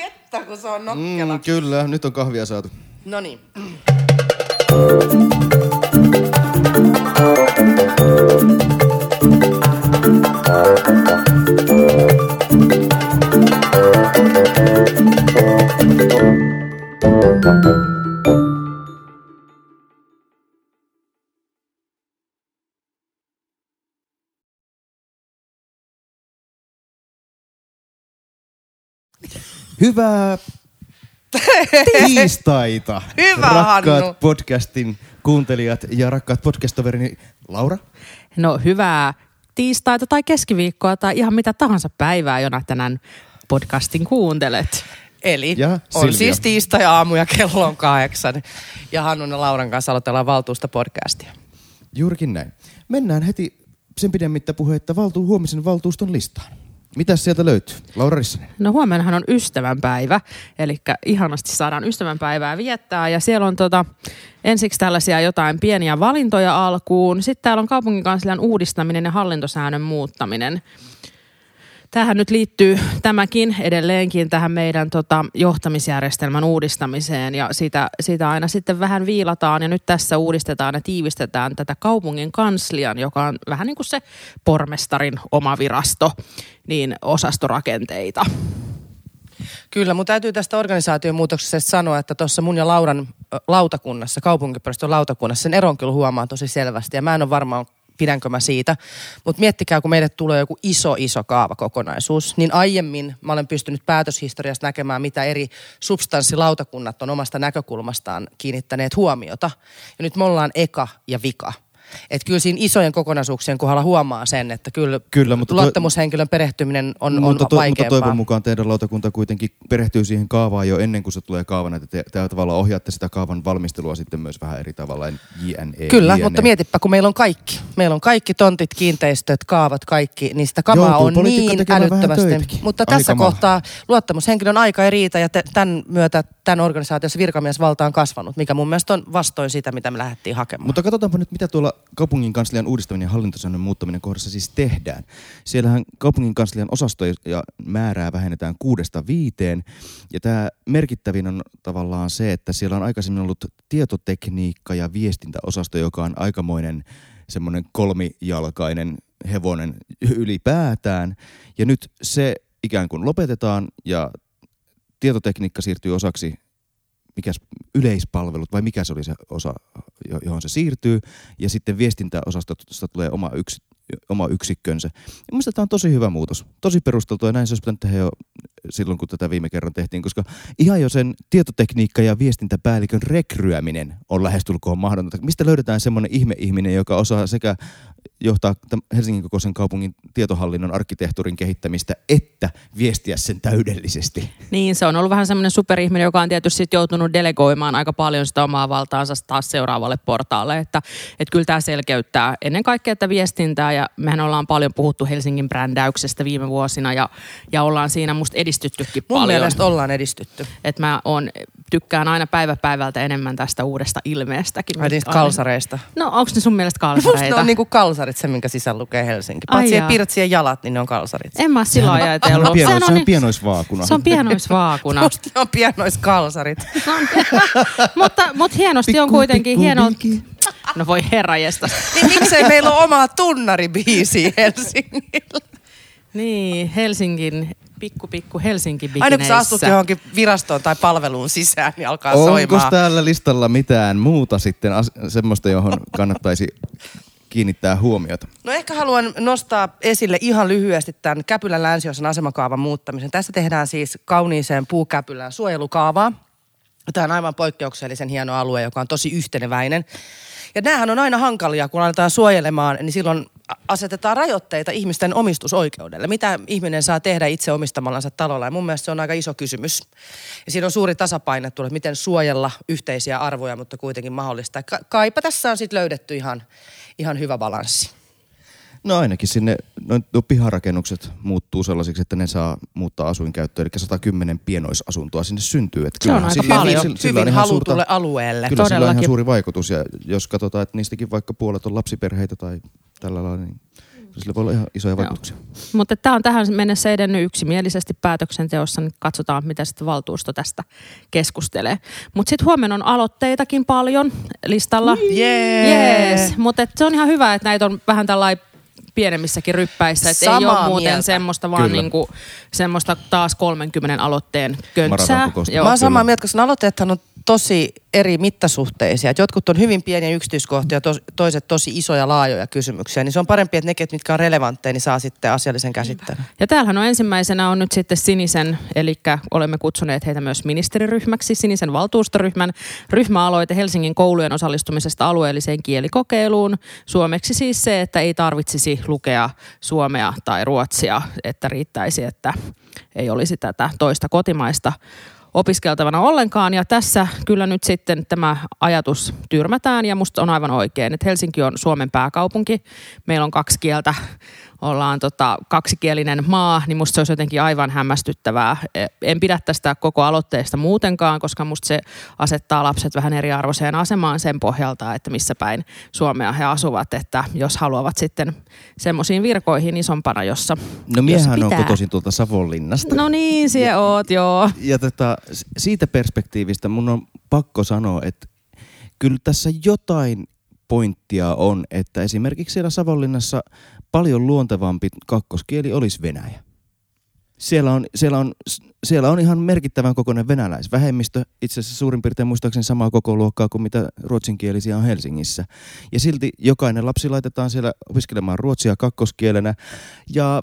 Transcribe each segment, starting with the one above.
että, kun se on nokkela. Kyllä, nyt on kahvia saatu. Noniin. Hyvää tiistaita, Hyvä, rakkaat Hannu. podcastin kuuntelijat ja rakkaat podcast-toverini Laura. No hyvää tiistaita tai keskiviikkoa tai ihan mitä tahansa päivää, jona tänään podcastin kuuntelet. Eli Ja on Silvia. siis tiistai-aamu ja kello on 8. Ja Hannun ja Lauran kanssa aloitellaan valtuusto-podcastia. Juurikin näin. Mennään heti sen pidemmittä puhetta huomisen valtuuston listaan. Mitäs sieltä löytyy? Laura Rissanen. No huomennahan on ystävänpäivä, eli ihanasti saadaan ystävänpäivää viettää ja siellä on ensiksi tällaisia jotain pieniä valintoja alkuun. Sitten täällä on kaupunginkanslian uudistaminen ja hallintosäännön muuttaminen. Tähän nyt liittyy tämäkin edelleenkin tähän meidän johtamisjärjestelmän uudistamiseen ja siitä aina sitten vähän viilataan ja nyt tässä uudistetaan ja tiivistetään tätä kaupungin kanslian, joka on vähän niin kuin se pormestarin oma virasto, niin osastorakenteita. Kyllä, mun täytyy tästä organisaatiomuutoksesta sanoa, että tuossa mun ja Lauran lautakunnassa, kaupunkipäivystön lautakunnassa, sen eron kyllä huomaan tosi selvästi ja mä en ole varmaan pidänkö mä siitä. Mutta miettikää, kun meille tulee joku iso kaavakokonaisuus, niin aiemmin mä olen pystynyt päätöshistoriasta näkemään, mitä eri substanssilautakunnat on omasta näkökulmastaan kiinnittäneet huomiota. Ja nyt me ollaan eka ja vika. Että kyllä siinä isojen kokonaisuuksien kohdalla huomaa sen, että kyllä mutta luottamushenkilön perehtyminen on vaikeampaa. Mutta toivon mukaan teidän lautakunta kuitenkin perehtyy siihen kaavaan jo ennen kuin se tulee kaavana, että te tavallaan ohjaatte sitä kaavan valmistelua sitten myös vähän eri tavalla. Kyllä, mutta mietipä, kun meillä on kaikki. Meillä on kaikki tontit, kiinteistöt, kaavat, kaikki. Niin sitä kamaa on niin älyttömästi. Mutta tässä kohtaa luottamushenkilön aika ei riitä ja tämän myötä tämän organisaatiossa virkamiesvalta on kasvanut, mikä mun mielestä on vastoin sitä, mitä me lähdettiin hakemaan. Mutta katsotaanpa nyt, mitä tuolla kaupungin kanslian uudistaminen ja hallintosäännön muuttaminen kohdassa siis tehdään. Siellähän kaupungin kanslian osastoja ja määrää vähennetään 6-5. Ja tämä merkittävin on tavallaan se, että siellä on aikaisemmin ollut tietotekniikka- ja viestintäosasto, joka on aikamoinen semmoinen kolmijalkainen hevonen ylipäätään. Ja nyt se ikään kuin lopetetaan ja tietotekniikka siirtyy osaksi yleispalvelut, vai mikä se oli se osa, johon se siirtyy, ja sitten viestintäosastosta tulee oma yksikkönsä. Ja mielestäni tämä on tosi hyvä muutos, tosi perusteltu, ja näin se olisi pitänyt tehdä jo silloin, kun tätä viime kerran tehtiin, koska ihan jo sen tietotekniikka- ja viestintäpäällikön rekryäminen on lähestulkoon mahdotonta. Mistä löydetään semmoinen ihme-ihminen, joka osaa sekä johtaa Helsingin kokoisen kaupungin tietohallinnon arkkitehtuurin kehittämistä, että viestiä sen täydellisesti. Niin, se on ollut vähän semmoinen superihminen, joka on tietysti joutunut delegoimaan aika paljon sitä omaa valtaansa taas seuraavalle portaalle. Että kyllä tämä selkeyttää ennen kaikkea että viestintää ja mehän ollaan paljon puhuttu Helsingin brändäyksestä viime vuosina ja ollaan siinä musta edistyttykin paljon. Mun mielestä ollaan edistytty. Että mä tykkään aina päivä päivältä enemmän tästä uudesta ilmeestäkin. Ai niistä kalsareista. No onko ne sun mielestä kalsareita? Musta ne on niinku kalsarit, se minkä sisällä lukee Helsinki. Paitsi pirtsien jalat, niin ne on kalsarit. En mä sillä ajatellut. Se on pienoisvaakuna. Se on pienoisvaakuna. Musta ne on pienoiskalsarit. Mutta hienosti on kuitenkin No voi herranjestas. Niin miksei meillä ole omaa tunnaribiisiä Helsingillä? Niin, Helsingin, pikku Helsinki-bikineissä. Aina kun sä astut johonkin virastoon tai palveluun sisään, niin alkaa soimaan. Onko täällä listalla mitään muuta sitten semmoista, johon kannattaisi kiinnittää huomiota? No ehkä haluan nostaa esille ihan lyhyesti tämän Käpylän länsiosan asemakaavan muuttamisen. Tässä tehdään siis kauniiseen puukäpylään suojelukaavaa. Tämä on aivan poikkeuksellisen hieno alue, joka on tosi yhteneväinen. Ja näähän on aina hankalia, kun aletaan suojelemaan, niin silloin asetetaan rajoitteita ihmisten omistusoikeudelle. Mitä ihminen saa tehdä itse omistamallansa talolla? Ja mun mielestä se on aika iso kysymys. Ja siinä on suuri tasapaino, että miten suojella yhteisiä arvoja, mutta kuitenkin mahdollista. Kaipa tässä on sitten löydetty ihan hyvä balanssi. No ainakin sinne nuo piharakennukset muuttuu sellaisiksi, että ne saa muuttaa asuinkäyttöön. Eli 110 pienoisasuntoa sinne syntyy. Että se on aika paljon. Hyvin halutulle alueelle. Kyllä sillä on ihan suuri vaikutus. Ja jos katsotaan, että niistäkin vaikka puolet on lapsiperheitä tai tällä lailla, niin Sillä voi olla ihan isoja vaikutuksia. Mutta tämä on tähän mennessä edennyt yksimielisesti päätöksenteossa, niin katsotaan, mitä sitten valtuusto tästä keskustelee. Mutta sitten huomenna on aloitteitakin paljon listalla. Yes. Mutta se on ihan hyvä, että näitä on vähän tällainen pienemmissäkin ryppäissä, että ei ole muuten semmoista vaan niinku, semmoista taas 30 aloitteen köntsää. Mä oon samaa mieltä, koska aloitteethan on tosi eri mittasuhteisia. Että jotkut on hyvin pieniä yksityiskohtia, toiset tosi isoja laajoja kysymyksiä. Niin se on parempi, että ne, mitkä on relevantteja, niin saa sitten asiallisen käsittelyn. Ja täällähän on ensimmäisenä on nyt sitten Sinisen, eli olemme kutsuneet heitä myös ministeriryhmäksi, Sinisen valtuustoryhmän ryhmäaloite Helsingin koulujen osallistumisesta alueelliseen kielikokeiluun. Suomeksi siis se, että ei tarvitsisi lukea suomea tai ruotsia, että riittäisi, että ei olisi tätä toista kotimaista opiskeltavana ollenkaan, ja tässä kyllä nyt sitten tämä ajatus tyrmätään, ja musta on aivan oikein, että Helsinki on Suomen pääkaupunki, meillä on 2 kieltä, ollaan kaksikielinen maa, niin musta se olisi jotenkin aivan hämmästyttävää. En pidä tästä koko aloitteesta muutenkaan, koska musta se asettaa lapset vähän eriarvoiseen asemaan sen pohjalta, että missä päin Suomea he asuvat, että jos haluavat sitten semmoisiin virkoihin isompana, jossa no miehän on kotoisin tuolta Savonlinnasta. No niin, siellä oot, joo. Ja siitä perspektiivistä mun on pakko sanoa, että kyllä tässä jotain pointtia on, että esimerkiksi siellä Savonlinnassa paljon luontevampi kakkoskieli olisi venäjä. Siellä on ihan merkittävän kokoinen venäläisvähemmistö, itse asiassa suurin piirtein muistaakseni samaa koko luokkaa kuin mitä ruotsinkielisiä on Helsingissä. Ja silti jokainen lapsi laitetaan siellä opiskelemaan ruotsia kakkoskielenä. Ja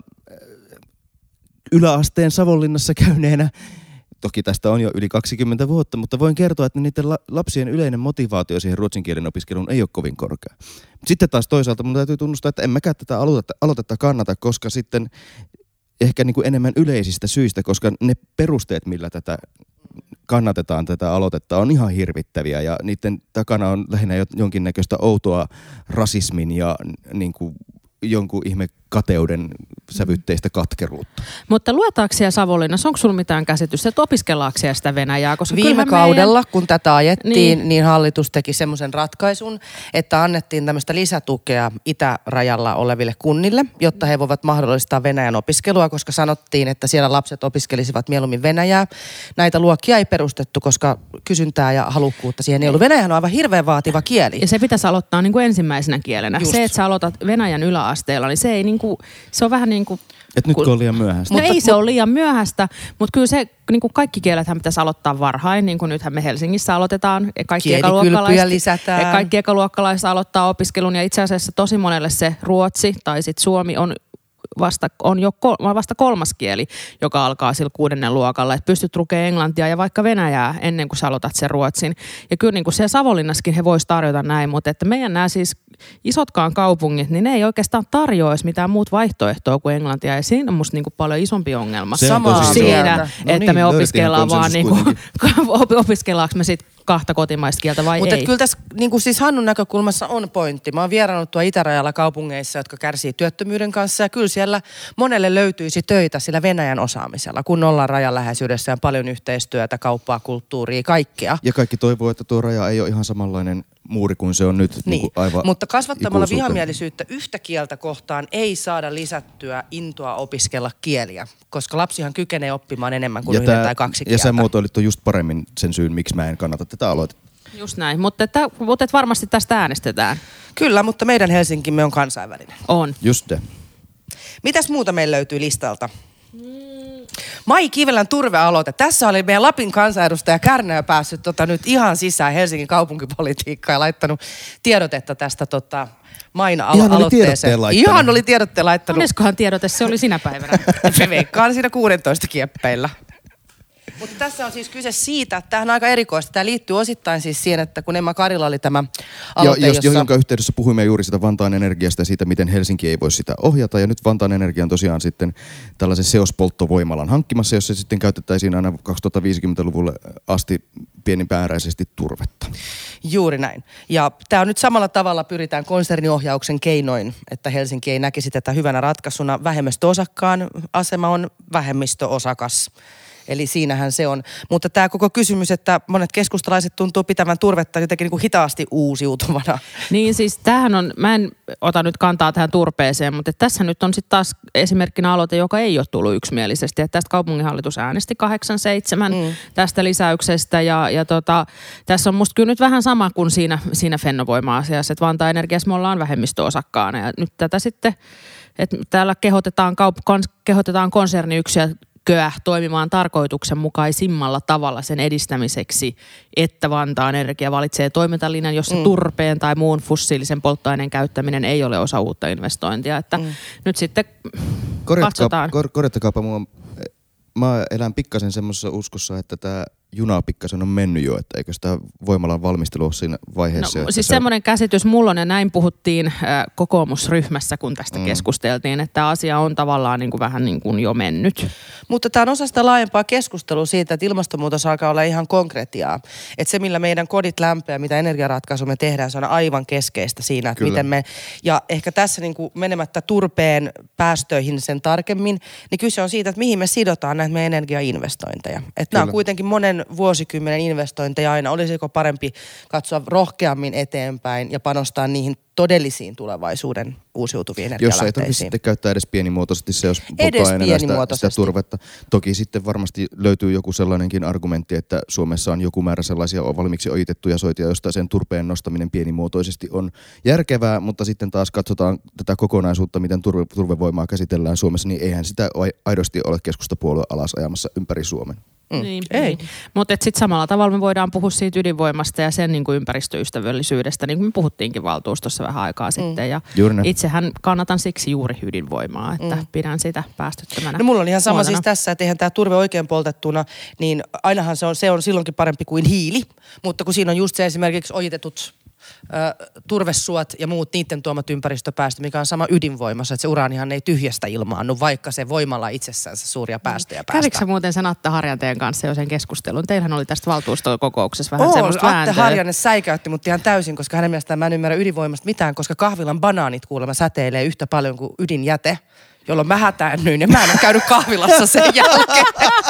yläasteen Savonlinnassa käyneenä, toki tästä on jo yli 20 vuotta, mutta voin kertoa, että niiden lapsien yleinen motivaatio siihen ruotsin kielen opiskeluun ei ole kovin korkea. Sitten taas toisaalta mun täytyy tunnustaa, että en mäkään tätä aloitetta kannata, koska sitten ehkä niin kuin enemmän yleisistä syistä, koska ne perusteet, millä tätä kannatetaan tätä aloitetta, on ihan hirvittäviä ja niiden takana on lähinnä jonkinnäköistä outoa rasismin ja niin kuin jonkun ihme kateuden sävytteistä katkeruutta. Mutta luetaanko siellä Savonlinnassa, onko sulla mitään käsitystä, että opiskellaanko siellä sitä venäjää? Koska viime kaudella, kun tätä ajettiin, niin hallitus teki semmoisen ratkaisun, että annettiin tämmöistä lisätukea itärajalla oleville kunnille, jotta he voivat mahdollistaa venäjän opiskelua, koska sanottiin, että siellä lapset opiskelisivat mieluummin venäjää. Näitä luokkia ei perustettu, koska kysyntää ja halukkuutta siihen ei ollut. Venäjähän on aivan hirveän vaativa kieli. Ja se pitäisi aloittaa niin kuin ensimmäisenä kielenä. Just. Se, että sä aloitat venäjän yläasteella, niin se ei niin kuin, se on vähän niin kuin... Et nyt on liian myöhäistä. No ei se ole liian myöhäistä, mutta kyllä se, niin kuin kaikki kielethän pitäisi aloittaa varhain, niin kuin nythän me Helsingissä aloitetaan. Kielikylpyjä lisätään. Kaikki ekaluokkalaiset aloittaa opiskelun ja itse asiassa tosi monelle se ruotsi tai sitten suomi on vasta 3. kieli, joka alkaa sillä 6. luokalla. Että pystyt lukemaan englantia ja vaikka venäjää ennen kuin sä aloitat sen ruotsin. Ja kyllä niin kuin siellä Savonlinnassakin he vois tarjota näin, mutta että meidän nämä siis isotkaan kaupungit, niin ne ei oikeastaan tarjoa mitään muut vaihtoehtoa kuin englantia. Ja siinä on musta niin kuin paljon isompi ongelma. Samaa siinä, että me opiskellaan vaan niin kuin, opiskellaanko me sitten 2 kotimaista kieltä vai mutta ei. Mutta kyllä tässä niin kuin siis Hannun näkökulmassa on pointti. Mä oon vieraannut tuo itärajalla kaupungeissa, jotka kärsii työttömyyden kanssa ja kyllä siellä monelle löytyisi töitä sillä Venäjän osaamisella, kun ollaan rajan läheisyydessä ja paljon yhteistyötä, kauppaa, kulttuuria, kaikkea. Ja kaikki toivoo, että tuo raja ei ole ihan samanlainen muuri kuin se on nyt. Niin, mutta kasvattamalla vihamielisyyttä yhtä kieltä kohtaan ei saada lisättyä intoa opiskella kieliä, koska lapsihan kykenee oppimaan enemmän kuin 1 tai 2 kieltä. Ja sä muotoilit just paremmin sen syyn, miksi mä en kannata tätä aloitetta. Just näin, mutta varmasti tästä äänestetään. Kyllä, mutta meidän Helsinkimme on kansainvälinen. On. Just se. Mitäs muuta meillä löytyy listalta? Mai Kivelän turvealoite. Tässä oli meidän Lapin kansanedustaja Kärnä päässyt nyt ihan sisään Helsingin kaupunkipolitiikkaan ja laittanut tiedotetta tästä Main aloitteeseen. Ihan oli tiedotteen laittanut. Moneskohan tiedote se oli sinä päivänä? Me veikkaan siinä 16 kieppeillä. Mutta tässä on siis kyse siitä, että tämähän on aika erikoista. Tämä liittyy osittain siis siihen, että kun Emma Karilla oli tämä aloite, jonka yhteydessä puhuimme juuri sitä Vantaan Energiasta ja siitä, miten Helsinki ei voi sitä ohjata. Ja nyt Vantaan Energia on tosiaan sitten tällaisen seospolttovoimalan hankkimassa, jossa sitten käytettäisiin aina 2050-luvulle asti pienimääräisesti turvetta. Juuri näin. Ja tämä on nyt samalla tavalla pyritään konserniohjauksen keinoin, että Helsinki ei näkisi tätä hyvänä ratkaisuna. Vähemmistöosakkaan asema on vähemmistöosakas. Eli siinähän se on. Mutta tämä koko kysymys, että monet keskustalaiset tuntuu pitävän turvetta jotenkin niin kuin hitaasti uusiutuvana. Niin siis tämähän on, mä en ota nyt kantaa tähän turpeeseen, mutta tässä nyt on sitten taas esimerkkinä aloite, joka ei ole tullut yksimielisesti. Että tästä kaupunginhallitus äänesti 8-7 tästä lisäyksestä ja tässä on musta kyllä nyt vähän sama kuin siinä Fennovoima-asiassa, että Vantaan Energiassa me ollaan vähemmistöosakkaana ja nyt tätä sitten, että täällä kehotetaan konserniyksiköä toimimaan tarkoituksenmukaisimmalla tavalla sen edistämiseksi, että Vantaan Energia valitsee toimintalinjan, jossa turpeen tai muun fossiilisen polttoaineen käyttäminen ei ole osa uutta investointia. Että nyt sitten katsotaan. Korjattakaapa mua. Mä elän pikkasen semmoisessa uskossa, että tämä juna pikkasen on mennyt jo, että eikö sitä voimalan valmistelu ole siinä vaiheessa? No, siis semmoinen käsitys mulla on, ja näin puhuttiin kokoomusryhmässä, kun tästä keskusteltiin, että asia on tavallaan niin kuin vähän niin kuin jo mennyt. Mutta tämä on osa sitä laajempaa keskustelua siitä, että ilmastonmuutos alkaa olla ihan konkretiaa. Että se, millä meidän kodit lämpeää, mitä energiaratkaisuja me tehdään, se on aivan keskeistä siinä, että miten me, ja ehkä tässä niin kuin menemättä turpeen päästöihin sen tarkemmin, niin kyse on siitä, että mihin me sidotaan näitä meidän energiainvestointeja. Että nämä on kuitenkin monen vuosikymmenen investointeja aina. Olisiko parempi katsoa rohkeammin eteenpäin ja panostaa niihin todellisiin tulevaisuuden uusiutuviin energialähteisiin? Jos ei tarvitse sitten käyttää edes pienimuotoisesti se, jos polttoaineena sitä turvetta. Toki sitten varmasti löytyy joku sellainenkin argumentti, että Suomessa on joku määrä sellaisia valmiiksi ojitettuja soitia, josta sen turpeen nostaminen pienimuotoisesti on järkevää, mutta sitten taas katsotaan tätä kokonaisuutta, miten turvevoimaa käsitellään Suomessa, niin eihän sitä aidosti ole keskustapuolue alas ajamassa ympäri Suomen. Ei. Mutta sitten samalla tavalla me voidaan puhua siitä ydinvoimasta ja sen niin kuin ympäristöystävällisyydestä, niin kuin me puhuttiinkin valtuustossa vähän aikaa sitten. Ja itsehän kannatan siksi juuri ydinvoimaa, että pidän sitä päästöttömänä. No mulla on ihan sama siis tässä, että eihän tämä turve oikein poltettuna, niin ainahan se on silloinkin parempi kuin hiili, mutta kun siinä on just se esimerkiksi ojitetut turvesuot ja muut niiden tuomat ympäristöpäästö, mikä on sama ydinvoimassa, että se uraanihan ei tyhjästä ilmaannu, vaikka se voimalla itsessään suuria päästöjä päästää. Kävikö sä muuten sen Atte Harjanteen kanssa jo sen keskustelun? Teillähän oli tästä valtuustokokouksessa vähän semmoista vääntöä. Atte Harjanne säikäytti mut ihan täysin, koska hänen mielestään mä en ymmärrä ydinvoimasta mitään, koska kahvilan banaanit kuulemma säteilee yhtä paljon kuin ydinjäte, jolloin mä hätäännyin ja mä en ole käynyt kahvilassa sen jälkeen.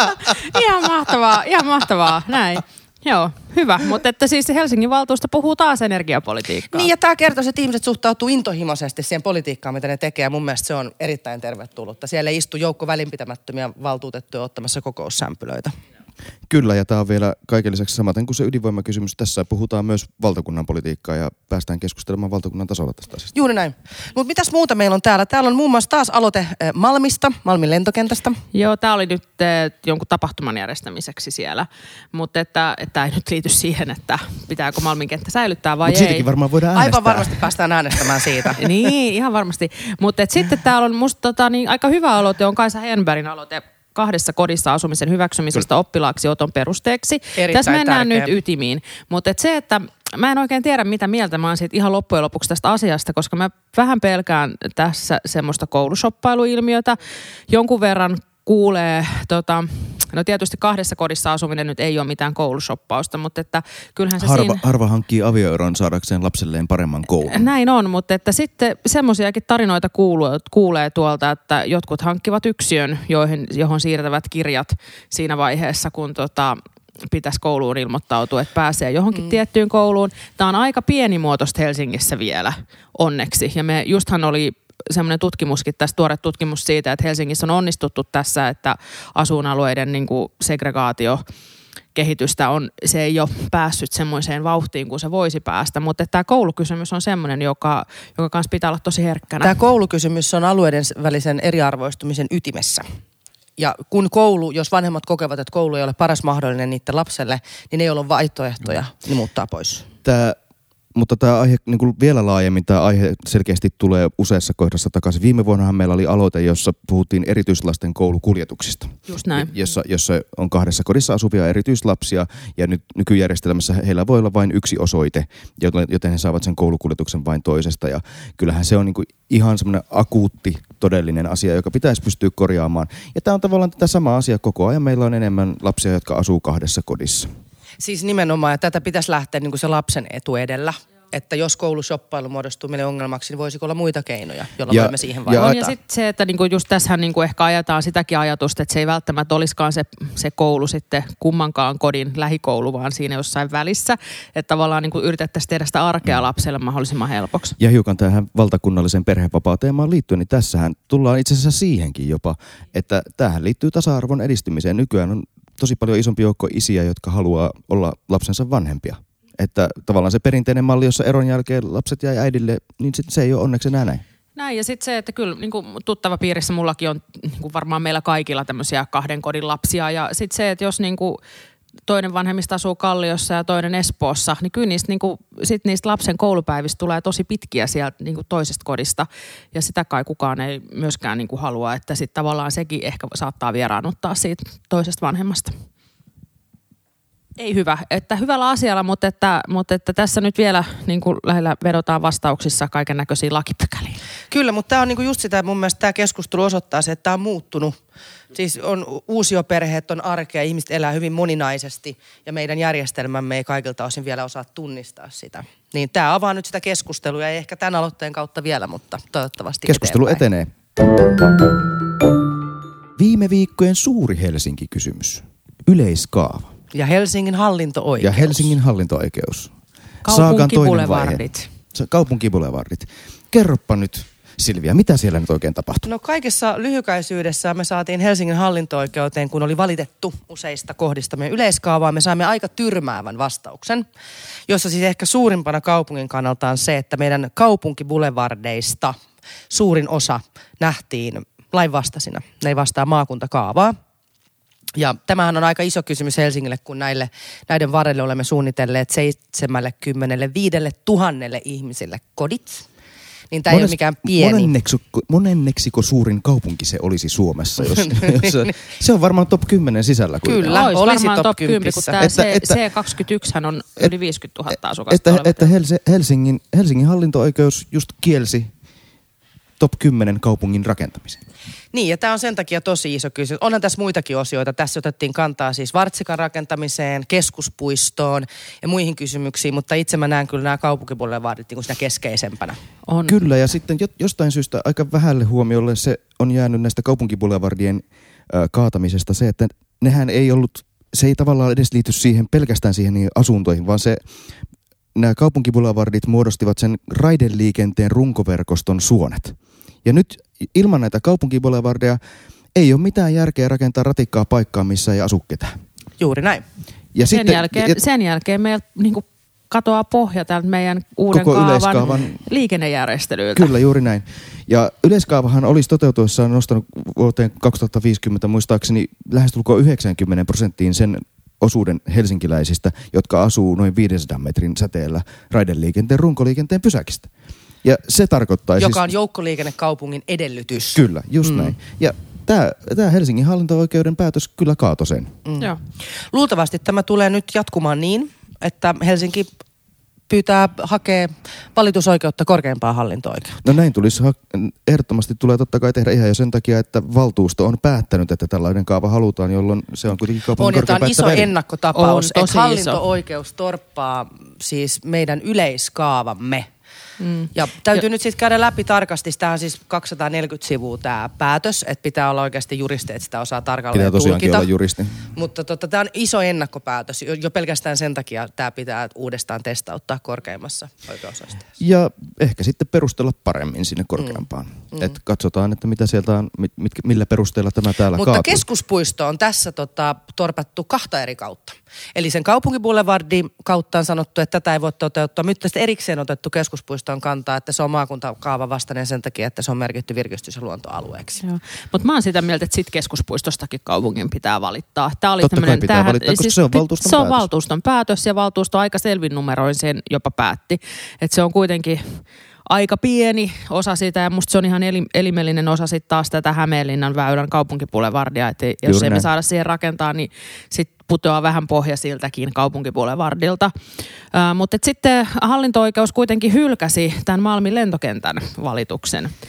Ihan mahtavaa, näin. Joo, hyvä. Mutta että siis Helsingin valtuusto puhuu taas energiapolitiikkaa. Niin ja tämä kertoo, että ihmiset suhtautuu intohimoisesti siihen politiikkaan, mitä ne tekee. Ja mun mielestä se on erittäin tervetullutta. Siellä ei istu joukko välinpitämättömiä valtuutettuja ottamassa kokoussämpylöitä. Kyllä, ja tämä on vielä kaiken lisäksi samaten kuin se ydinvoimakysymys. Tässä puhutaan myös valtakunnan politiikkaa ja päästään keskustelemaan valtakunnan tasolla tästä asiasta. Juuri näin. Mutta mitäs muuta meillä on täällä? Täällä on muun muassa taas aloite Malmista, Malmin lentokentästä. Joo, tämä oli nyt jonkun tapahtuman järjestämiseksi siellä, mutta että ei nyt liity siihen, että pitääkö Malmin kenttä säilyttää vai ei. Mutta siitäkin varmaan voidaan äänestää. Aivan varmasti päästään äänestämään siitä. Niin, ihan varmasti. Mutta sitten täällä on musta aika hyvä aloite, on Kaisa Henbergin aloite 2 kodissa asumisen hyväksymisestä oppilaaksi oton perusteeksi. Erittäin tässä mennään tärkeä. nyt ytimiin. Mutta se, että mä en oikein tiedä, mitä mieltä mä oon siitä ihan loppujen lopuksi tästä asiasta, koska mä vähän pelkään tässä semmoista koulushopailuilmiötä. Jonkun verran kuulee, no tietysti 2 kodissa asuminen nyt ei ole mitään koulushoppausta, mutta että kyllähän se harva hankkii avioeron saadakseen lapselleen paremman koulun. Näin on, mutta että sitten semmoisiakin tarinoita kuulee tuolta, että jotkut hankkivat yksiön, johon siirtävät kirjat siinä vaiheessa, kun pitäisi kouluun ilmoittautua, että pääsee johonkin tiettyyn kouluun. Tämä on aika pienimuotoista Helsingissä vielä, onneksi. Ja me justhan oli semmoinen tutkimuskin, tässä tuore tutkimus siitä, että Helsingissä on onnistuttu tässä, että asuinalueiden niin kuin segregaatiokehitystä se ei ole päässyt semmoiseen vauhtiin kuin se voisi päästä, mutta tämä koulukysymys on semmoinen, joka kanssa pitää olla tosi herkkänä. Tämä koulukysymys on alueiden välisen eriarvoistumisen ytimessä. Ja kun jos vanhemmat kokevat, että koulu ei ole paras mahdollinen niiden lapselle, niin ei ole vaihtoehtoja, niin muuttaa pois. Mutta tämä aihe niin kuin vielä laajemmin, tämä aihe selkeästi tulee useassa kohdassa takaisin. Viime vuonnahan meillä oli aloite, jossa puhuttiin erityislasten koulukuljetuksista. Just näin. Jossa on 2 kodissa asuvia erityislapsia ja nyt nykyjärjestelmässä heillä voi olla vain yksi osoite, joten he saavat sen koulukuljetuksen vain toisesta. Ja kyllähän se on niin kuin ihan semmoinen akuutti todellinen asia, joka pitäisi pystyä korjaamaan. Ja tämä on tavallaan tätä sama asia koko ajan. Meillä on enemmän lapsia, jotka asuu 2 kodissa. Siis nimenomaan, ja tätä pitäisi lähteä niin kuin se lapsen etu edellä. että jos koulushoppailu muodostuu meille ongelmaksi, niin voisiko olla muita keinoja, joilla voimme siihen vaikuttaa. Ja sitten se, että niinku just tässähän niinku ehkä ajetaan sitäkin ajatusta, että se ei välttämättä olisikaan se koulu sitten kummankaan kodin lähikoulu, vaan siinä jossain välissä. Että tavallaan niinku yritettäisiin tehdä sitä arkea lapselle mahdollisimman helpoksi. Ja hiukan tähän valtakunnalliseen perhevapaa-teemaan liittyen, niin tässähän tullaan itse asiassa siihenkin jopa, että tämähän liittyy tasa-arvon edistymiseen. Nykyään on tosi paljon isompi joukko isiä, jotka haluaa olla lapsensa vanhempia. Että tavallaan se perinteinen malli, jossa eron jälkeen lapset jäi äidille, niin se ei ole onneksi enää näin. Näin, ja sitten se, että kyllä niin kuin tuttava piirissä mullakin on niin kuin varmaan meillä kaikilla tämmöisiä 2 kodin lapsia. Ja sitten se, että jos niin kuin toinen vanhemmista asuu Kalliossa ja toinen Espoossa, niin kyllä niistä lapsen koulupäivistä tulee tosi pitkiä sieltä niin kuin toisesta kodista. Ja sitä kai kukaan ei myöskään niin kuin halua, että sitten tavallaan sekin ehkä saattaa vieraannuttaa siitä toisesta vanhemmasta. Ei hyvä, että hyvällä asialla, mutta että tässä nyt vielä niin kuin lähellä vedotaan vastauksissa kaiken näköisiä lakipykäliä. Kyllä, mutta tämä on niinku just sitä, mun mielestä tämä keskustelu osoittaa se, että tämä on muuttunut. Siis on uusioperheet, on arkea, ihmiset elää hyvin moninaisesti ja meidän järjestelmämme ei kaikilta osin vielä osaa tunnistaa sitä. Niin tämä avaa nyt sitä keskustelua ja ehkä tämän aloitteen kautta vielä, mutta toivottavasti keskustelu etenee. Viime viikkojen suuri Helsinki-kysymys. Yleiskaava. Ja Helsingin hallinto-oikeus. Kaupunkibulevardit. Kaupunkibulevardit. Kerropa nyt, Silvia, mitä siellä nyt oikein tapahtui? No kaikessa lyhykäisyydessä me saatiin Helsingin hallinto-oikeuteen, kun oli valitettu useista kohdista meidän yleiskaavaa. Me saimme aika tyrmäävän vastauksen, jossa siis ehkä suurimpana kaupungin kannalta on se, että meidän kaupunkibulevardeista suurin osa nähtiin lainvastaisina. Ne ei vastaa maakuntakaavaa. Ja tämähän on aika iso kysymys Helsingille, kun näiden varrelle olemme suunnitelleet 75 000 ihmisille kodit. Niin tämä ei ole mikään pieni. Monenneksiko suurin kaupunki se olisi Suomessa? Se on varmaan top 10 sisällä. Kyllä, olisi varmaan top 10, kun tämä C21 on yli 50 000 asukasta. Että Helsingin hallinto-oikeus just kielsi top 10 kaupungin rakentamisen. Niin, ja tämä on sen takia tosi iso kysymys. Onhan tässä muitakin osioita. Tässä otettiin kantaa siis Vartsikan rakentamiseen, keskuspuistoon ja muihin kysymyksiin, mutta itse mä näen kyllä nämä kaupunkibulevardit niin kuin siinä keskeisempänä. On. Kyllä, ja sitten jostain syystä aika vähälle huomiolle se on jäänyt näistä kaupunkibulevardien kaatamisesta se, että nehän ei ollut, se ei tavallaan edes liity pelkästään siihen niihin asuntoihin, vaan nämä kaupunkibulevardit muodostivat sen raideliikenteen runkoverkoston suonet. Ja nyt ilman näitä kaupunkibulevardeja ei ole mitään järkeä rakentaa ratikkaa paikkaa, missä ei asu ketään. Juuri näin. Ja sen jälkeen meiltä niin katoaa pohja tältä meidän uuden kaavan liikennejärjestelyiltä. Kyllä, juuri näin. Ja yleiskaavahan olisi toteutuessaan nostanut vuoteen 2050 muistaakseni lähestulkoon 90% sen osuuden helsinkiläisistä, jotka asuu noin 500 metrin säteellä raideliikenteen runkoliikenteen pysäkistä. Ja se tarkoittaa joka on joukkoliikennekaupungin edellytys. Kyllä, just näin. Ja tämä Helsingin hallinto-oikeuden päätös kyllä kaatoi sen. Joo. Luultavasti tämä tulee nyt jatkumaan niin, että Helsinki hakee valitusoikeutta korkeimpaan hallinto-oikeuteen. No näin ehdottomasti tulee totta kai tehdä ihan jo sen takia, että valtuusto on päättänyt, että tällainen kaava halutaan, jolloin se on kuitenkin kaupungin korkein päättävä. On, ja tämä on iso ennakkotapaus, että hallinto-oikeus torppaa siis meidän yleiskaavamme. Ja täytyy nyt sitten käydä läpi tarkasti. Tämä on siis 240 sivua tämä päätös, että pitää olla oikeasti juristi, että sitä osaa tarkalleen tulkita. Pitää tosiaankin olla juristi. Mutta tämä on iso ennakkopäätös. Jo pelkästään sen takia tämä pitää uudestaan testauttaa korkeimmassa oikeusasteessa. Ja ehkä sitten perustella paremmin sinne korkeampaan. Että katsotaan, että mitä sieltä on, millä perusteella tämä täällä kaatuu. Mutta keskuspuisto on tässä torpattu 2 eri kautta. Eli sen kaupunkibulevardin kautta on sanottu, että tätä ei voi toteuttaa. Nyt tästä erikseen otettu keskuspuiston kantaa, että se on maakuntakaavan vastainen sen takia, että se on merkitty virkistys- ja luontoalueeksi. Mutta mä oon sitä mieltä, että sit keskuspuistostakin kaupungin pitää valittaa. Totta kai pitää valittaa, koska se on valtuuston päätös. Se on valtuuston päätös ja valtuusto aika selvin numeroin sen jopa päätti. Että se on kuitenkin aika pieni osa sitä ja musta se on ihan elimellinen osa sitten taas tätä Hämeenlinnan väylän kaupunkibulevardia. Että jos emme saada siihen rakentaa, niin sitten putoaa vähän pohja siltäkin kaupunkibulevardilta. Mutta sitten hallinto-oikeus kuitenkin hylkäsi tämän Malmin lentokentän valituksen.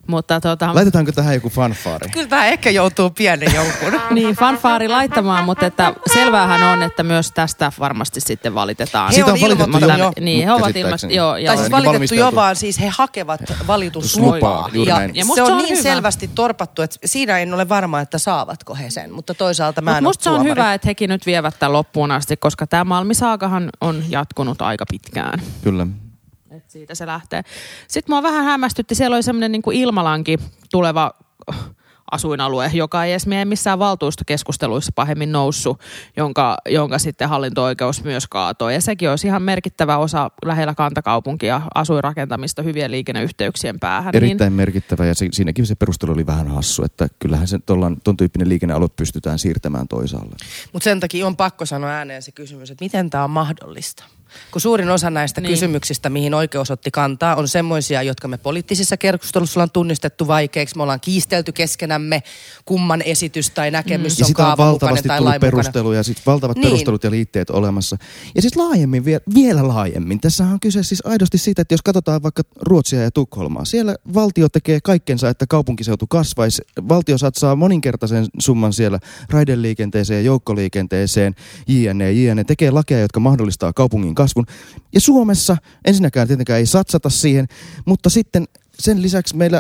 Mutta Laitetaanko tähän joku fanfaari? Kyllä tämä ehkä joutuu pienen jonkun. niin, fanfaari laittamaan, mutta että selväähän on, että myös tästä varmasti sitten valitetaan. He on valitettu jo. Niin, he ovat ilmoitettu, joo. Tai siis valitettu jo, vaan siis he hakevat valituslupaa. Ja se on niin hyvä. selvästi torpattu, että siinä en ole varma, että saavatko he sen. Mutta toisaalta mä en ole musta se on tuomari. hyvä, että hekin nyt vievät tämän loppuun asti, koska tämä Malmisaagahan on jatkunut aika pitkään. Kyllä. Et siitä se lähtee. Sitten mua vähän hämmästytti, siellä oli semmoinen niin kuin Ilmalanki tuleva asuinalue, joka ei edes meidän missään valtuustokeskusteluissa pahemmin noussut, jonka sitten hallinto-oikeus myös kaatoi. Ja sekin olisi ihan merkittävä osa lähellä kantakaupunkia asuinrakentamista hyvien liikenneyhteyksien päähän. Erittäin merkittävä, ja siinäkin se perustelu oli vähän hassu, että kyllähän se ton tyyppinen liikennealue pystytään siirtämään toisaalle. Mutta sen takia on pakko sanoa ääneen se kysymys, että miten tämä on mahdollista? Kun suurin osa näistä kysymyksistä, mihin oikeus otti kantaa, on semmoisia, jotka me poliittisissa keskustelussa ollaan tunnistettu vaikeiksi. Me ollaan kiistelty keskenämme, kumman esitys tai näkemys on kaavan mukainen tai lain mukainen. Perusteluja, sitten valtavat perustelut ja liitteet olemassa. Ja sitten laajemmin, vielä laajemmin, tässä on kyse siis aidosti siitä, että jos katsotaan vaikka Ruotsia ja Tukholmaa, siellä valtio tekee kaikkensa, että kaupunkiseutu kasvaisi. Valtio satsaa moninkertaisen summan siellä raideliikenteeseen, joukkoliikenteeseen, jne. Tekee lakeja, jotka mahdollistaa kaupungin kasvun. Ja Suomessa ensinnäkään tietenkään ei satsata siihen, mutta sitten sen lisäksi meillä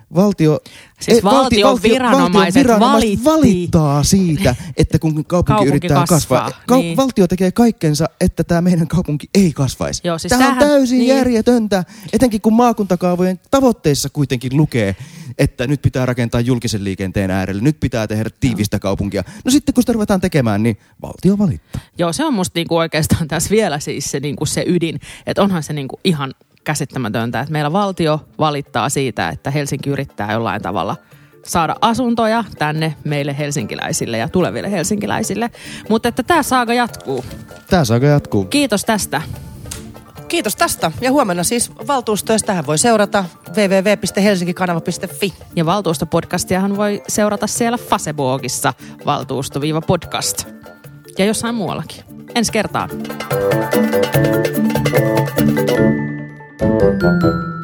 valtion viranomaiset valittaa siitä, että kun kaupunki yrittää kasvaa. Niin. Valtio tekee kaikkensa, että tämä meidän kaupunki ei kasvaisi. Joo, siis tämä on täysin järjetöntä, etenkin kun maakuntakaavojen tavoitteissa kuitenkin lukee, että nyt pitää rakentaa julkisen liikenteen äärelle, nyt pitää tehdä tiivistä kaupunkia. No sitten kun sitä ruvetaan tekemään, niin valtio valittaa. Joo, se on musta niinku oikeastaan tässä vielä siis se, niinku se ydin, että onhan se niinku ihan käsittämätöntä, että meillä valtio valittaa siitä, että Helsinki yrittää jollain tavalla saada asuntoja tänne meille helsinkiläisille ja tuleville helsinkiläisille. Mutta että tämä saaga jatkuu. Tämä saaga jatkuu. Kiitos tästä. Kiitos tästä. Ja huomenna siis valtuusto, jos tähän voi seurata www.helsinkikanava.fi. Ja valtuustopodcastiahan voi seurata siellä Facebookissa valtuusto-podcast. Ja jossain muuallakin. Ensi kertaan.